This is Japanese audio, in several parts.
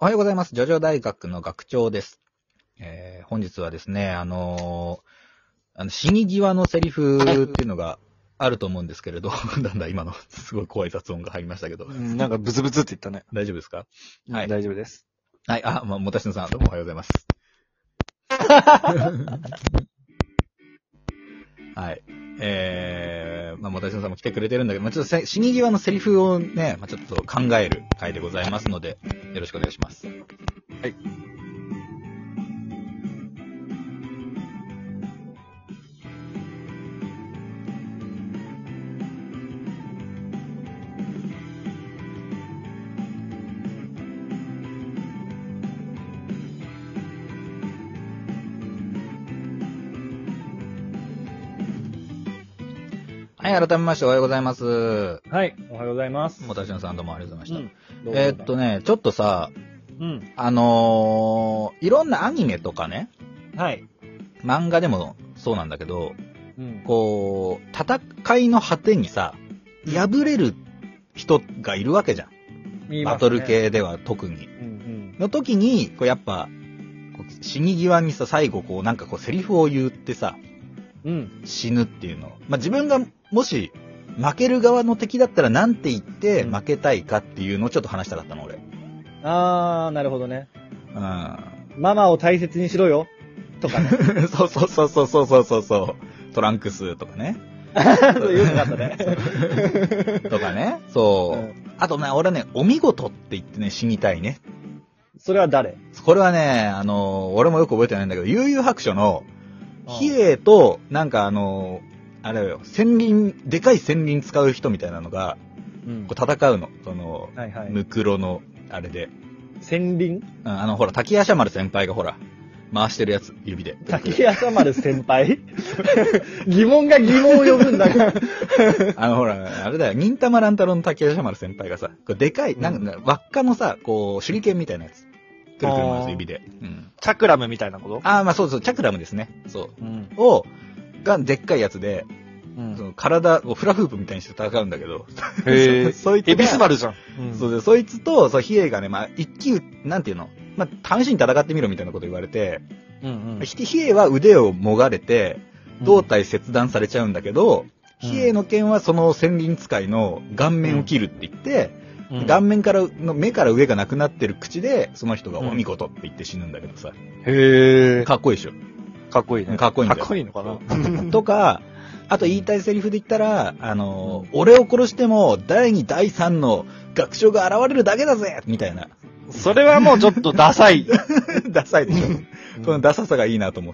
おはようございます。ジョジョ大学の学長です。本日はですね、死に際のセリフっていうのがあると思うんですけれど、なんだ今のすごい怖い雑音が入りましたけど。 なんかブツブツって言ったね。 大丈夫ですか？ はい。大丈夫です。 はい、もたしのさん、どうもおはようございます。はい。もたしのさんも来てくれてるんだけど、ちょっと死に際のセリフをね、ちょっと考える回でございますので、よろしくお願いします。はい。はい、改めましておはようございます。 はい、おはようございます。 もたしのさんどうもありがとうございました。ちょっとさ、いろんなアニメとかね、 はい。 漫画でもそうなんだけど、 うん、 戦いの果てにさ、敗れる人がいるわけじゃん。ね、バトル系では特に。の時に、やっぱ、死に際にさ、最後セリフを言ってさ、死ぬっていうの。自分がもし負ける側の敵だったらなんて言って負けたいかっていうのをちょっと話したかったの、俺。 なるほどね。ママを大切にしろよ。とかね。 そう。トランクスとかね。 そう言うのかったね。 とかね。そう。あとね、俺ね、お見事って言ってね、死にたいね。 それは誰？ これはね、俺もよく覚えてないんだけど、悠々白書の、比叡と、あれよ、でかい戦輪使う人みたいなのが、戦うの。ムクロの、あれで。 戦輪？ ほら、滝夜叉丸先輩がほら、回してるやつ、指で。 滝夜叉丸先輩疑問が疑問を呼ぶんだが。 ほら、あれだよ、忍たま乱太郎の滝夜叉丸先輩がさ、でかい、輪っかのさ、手裏剣みたいなやつ。くるくる回す指で。 チャクラムみたいなこと？ そう、チャクラムですね。そう。がでっかいやつで、体をフラフープみたいにして戦うんだけど。そいつ。 エビスマルじゃん。 そうで、そいつと、比叡がね、一騎、なんていうの？試しに戦ってみろみたいなこと言われて、比叡は腕をもがれて、胴体切断されちゃうんだけど、比叡の剣はその戦輪使いの顔面を切るって言って、顔面からの目から上がなくなってる口で、その人がお見事って言って死ぬんだけどさ。かっこいいでしょ。 かっこいいね。 かっこいいんだよ。 かっこいいのかなとか、あと言いたいセリフで言ったら、俺を殺しても第2、第3の学長が現れるだけだぜみたいな。 それはもうちょっとダサい。 ダサいでしょ。このダサさがいいなと思って。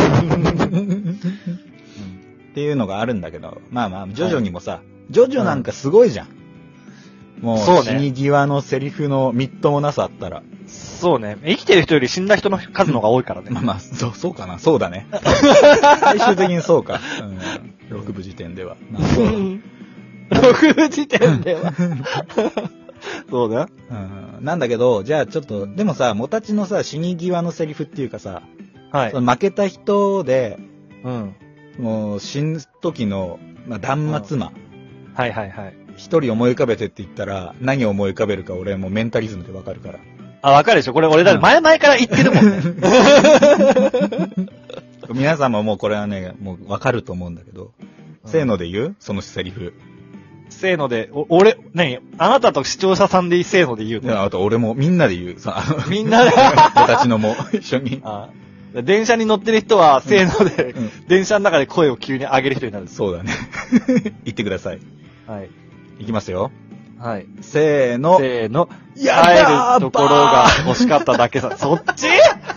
っていうのがあるんだけど、ジョジョにもさ、ジョジョなんかすごいじゃん。もう、死に際のセリフのみっともなさあったら。 そうね。生きてる人より死んだ人の数の方が多いからね。 そうかな。そうだね。最終的にそうか。6部時点では。 6部時点では。そうだ。 なんだけど、じゃあちょっと、でもさ、もたちのさ、死に際のセリフっていうかさ、負けた人で、もう死ぬ時の、断末魔。一人思い浮かべてって言ったら、何を思い浮かべるか俺もうメンタリズムでわかるから。 わかるでしょ？これ俺だって前々から言ってるもんね。 皆さんももうこれはね、もうわかると思うんだけど。せーので言う？そのセリフ。 せーので、あなたと視聴者さんでせーので言うの？ あと俺もみんなで言う。 みんなで。 僕たちのも一緒に。 電車に乗ってる人は、せーので、電車の中で声を急に上げる人になる。 そうだね。言ってください。 はい。 いきますよ。 はい。 せーの。 せーの。帰るところが欲しかっただけさ。そっち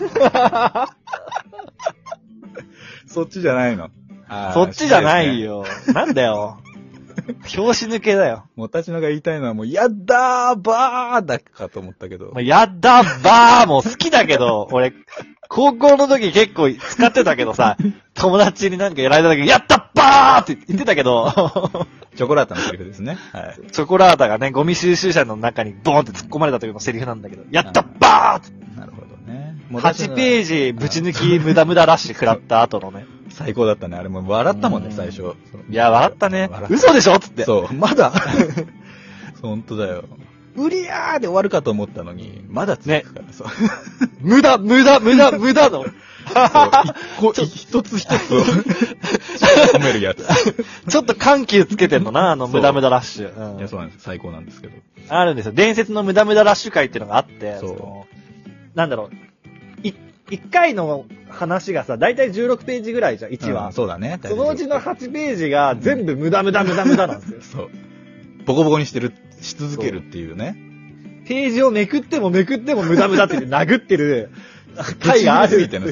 そっちじゃないの。 そっちじゃないよ。なんだよ。拍子抜けだよ。 もたちのが言いたいのはもう、やったーばーだかと思ったけど。 やったばーも好きだけど、俺、高校の時結構使ってたけどさ、友達になんかやられた時、やったばーって言ってたけど、 チョコラータのセリフですね。はい。 チョコラータがね、ゴミ収集車の中にボーンって突っ込まれた時のセリフなんだけど、やったばーって。 なるほどね。 8ページぶち抜き無駄ラッシュ食らった後のね。 最高だったね。あれも笑ったもんね、最初。 いや、笑ったね。嘘でしょつって。 そう、まだ。ほんとだよ。うりゃーで終わるかと思ったのに、 まだ続くから、ね、そう。 無駄の。 一つ一つを褒めるやつ。 ちょっと緩急つけてんのな、無駄ラッシュ。 いや、そうなんです。最高なんですけど。 あるんですよ。伝説の無駄ラッシュ会っていうのがあって、なんだろう。1回の話がさ、だいたい16ページぐらいじゃん、1話。 そうだね。 そのうちの8ページが全部無駄なんですよ。 そう。ボコボコにし続けるっていうね。 ページをめくっても無駄って殴ってる回があるっていう。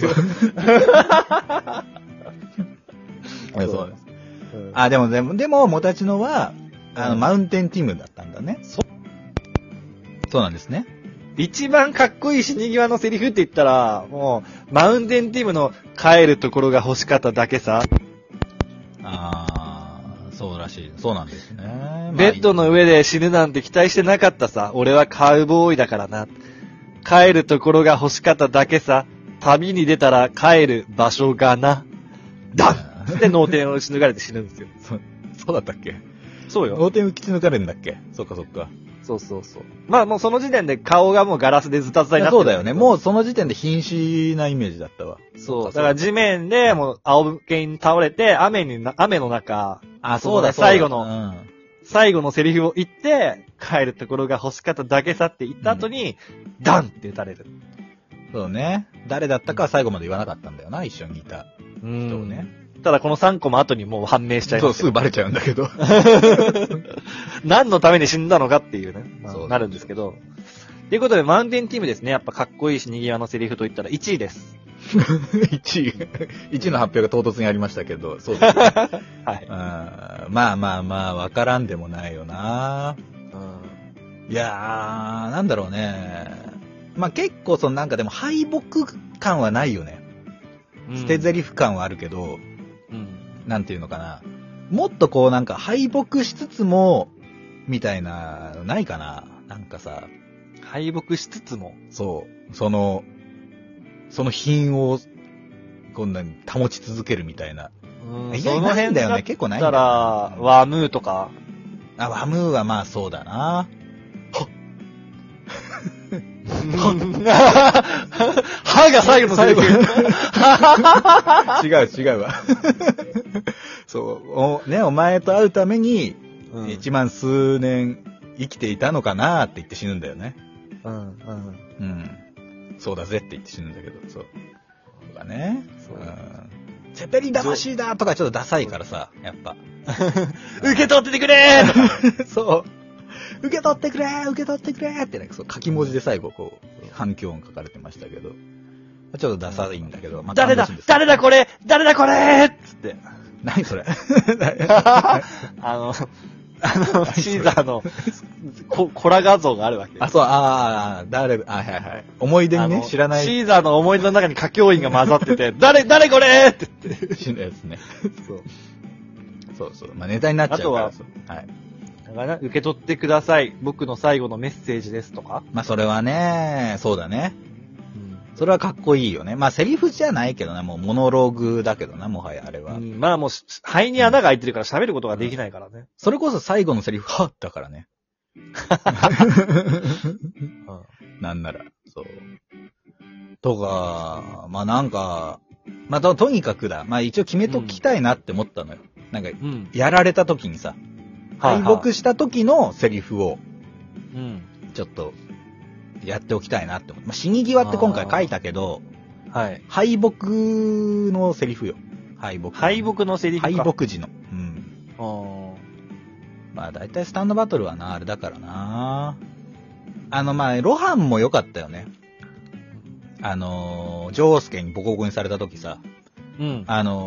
そうです。あ、でも、モタチノは、マウンテンティムだったんだね。そうなんですね。 一番かっこいい死に際のセリフって言ったら、もう、マウンテンティムの帰るところが欲しかっただけさ。 そうらしい。そうなんですね。 ベッドの上で死ぬなんて期待してなかったさ。俺はカウボーイだからな。帰るところが欲しかっただけさ。旅に出たら帰る場所がな。ダンで脳天を打ち抜かれて死ぬんですよ。 そうだったっけ？ そうよ。 脳天打ち抜かれるんだっけ？そっか。 そう。まあもうその時点で顔がもうガラスでズタズタになってる。 そうだよね。もうその時点で瀕死なイメージだったわ。 そう。だから地面でもう仰向けに倒れて、雨の中。 そうだ、 最後のセリフを言って、帰るところが欲しかっただけさって言った後に、ダンって打たれる。 そうね。誰だったかは最後まで言わなかったんだよな、一緒にいた人をね。 ただこの3個も後にもう判明しちゃいます。 そう、すぐバレちゃうんだけど。 何のために死んだのかっていうね、なるんですけど。ということで、マウンテンティームですね。やっぱかっこいい死に際のセリフと言ったら1位です。 1位の発表が唐突にありましたけど、そうですね。 はい。 まあ、わからんでもないよな。いやー、なんだろうね。まあ結構なんかでも敗北感はないよね。捨て台詞感はあるけど、なんていうのかな。もっとなんか敗北しつつも、みたいな、ないかな。なんかさ。 敗北しつつもそう。その品を、こんなに保ち続けるみたいな。 意外にないんだよね。 結構ないんだよ。 だから、ワムーとか。 ワムーはまあそうだな。 歯が最後のセリフ。 違うわ。そう。お前と会うために、1万数年生きていたのかなって言って死ぬんだよね。そうだぜって言って死ぬんだけど、そう。とかね。セペリン魂だとかちょっとダサいからさ、やっぱ。 受け取っててくれーとか。 そう。受け取ってくれーってね、書き文字で最後反響音書かれてましたけど。ちょっとダサいんだけど。 誰だこれーっつって。 何それシーザーのコラ画像があるわけ。 はい。思い出にね、知らない。 シーザーの思い出の中に歌教員が混ざってて、誰これって言って。 死ぬやつね。そう。まあネタになっちゃうから。あとは、はい。 だから受け取ってください。僕の最後のメッセージですとか。 まあそれはね、そうだね。それはかっこいいよね。まあセリフじゃないけどな、もうモノローグだけどな、もはやあれは。 まあもう、肺に穴が開いてるから喋ることができないからね。 それこそ最後のセリフ、はっだからね。なんなら、そう。とか、まあなんか、まあとにかくだ。まあ一応決めときたいなって思ったのよ。なんか、やられた時にさ、敗北した時のセリフを、ちょっと、やっておきたいなって思って。まあ、死に際って今回書いたけど、敗北のセリフよ。敗北のセリフか。 敗北時の。まあ大体スタンドバトルはな、あれだからな。まあ、ロハンも良かったよね。ジョースケにボコボコにされた時さ、いや、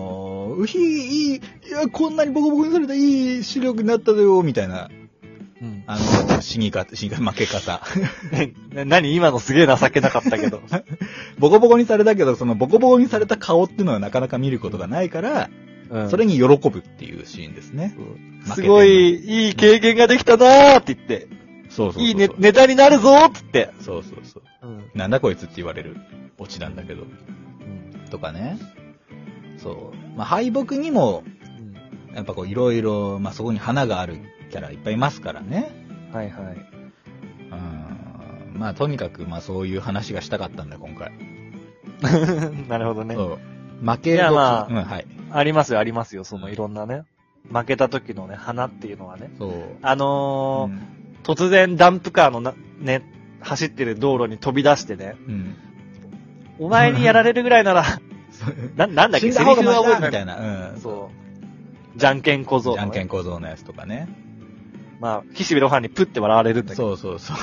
こんなにボコボコにされたいい視力になったよ、みたいな。死に負け方。 何今のすげえ情けなかったけど。 ボコボコにされたけど、そのボコボコにされた顔っていうのはなかなか見ることがないから、それに喜ぶっていうシーンですね。 すごい、いい経験ができたなーって言って。いいネタになるぞーって言って。 そう。なんだこいつって言われるオチなんだけど。とかね。そう。まあ、敗北にも、やっぱいろいろ、まあ、そこに花があるキャラいっぱいいますからね。 まあとにかくまあそういう話がしたかったんだよ、今回。 なるほどね。 そう。負け時。 いやまあうん、はい。 ありますよ、ありますよ。そのいろんなね。負けた時のね、花っていうのはね。 そう。 突然ダンプカーのね、走ってる道路に飛び出してね。 うん。 お前にやられるぐらいなら、なんだっけ、 死んだ方がマシだセリフは覚えてみたいな。うん。 そう。じゃんけん小僧、 じゃんけん小僧のやつとかね。 まあ、岸辺露伴にプッて笑われるんだけど。 そうそうそう。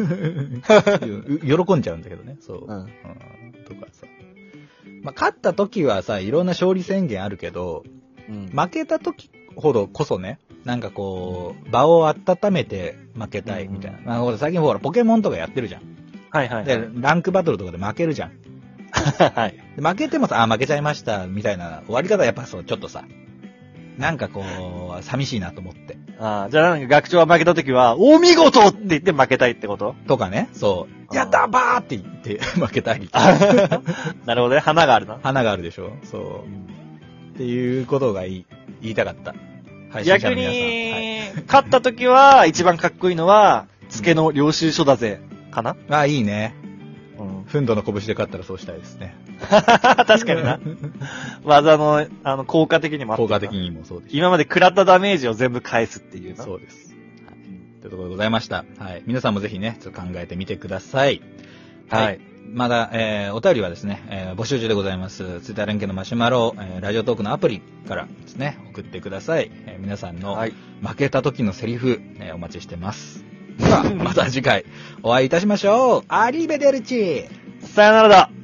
喜んじゃうんだけどね。そう。 うん。 とかさ。まあ、勝った時はさ、いろんな勝利宣言あるけど、 うん、 負けた時ほどこそね、なんかこう、場を温めて負けたいみたいな。まあ、最近ほら、ポケモンとかやってるじゃん。 はいはい、はい。 で、ランクバトルとかで負けるじゃん。 はい。 で負けてもさ、負けちゃいました、みたいな終わり方やっぱそう、ちょっとさ、なんかこう、寂しいなと思って。 じゃあなんか学長は負けた時は、お見事って言って負けたいってこととかね、そう。やったーばーって言って負けたい。 なるほどね、花があるな。 花があるでしょ。そう。っていうことが言いたかった。 逆に、勝った時は、一番かっこいいのは、付けの領収書だぜ、かな？ あ、いいね。 うん。 ふんどの拳で勝ったらそうしたいですね。 確かにな。技の、効果的にもあった。 効果的にもそうです。 今まで食らったダメージを全部返すっていうな。 そうです。はい。というところでございました。はい。皆さんもぜひね、ちょっと考えてみてください。はい。はい、まだ、お便りはですね、募集中でございます。ツイッター連携のマシュマロ、ラジオトークのアプリからですね、送ってください。皆さんの負けた時のセリフ、お待ちしてます。では、また次回お会いいたしましょう。アリーベデルチー。 さよならだ。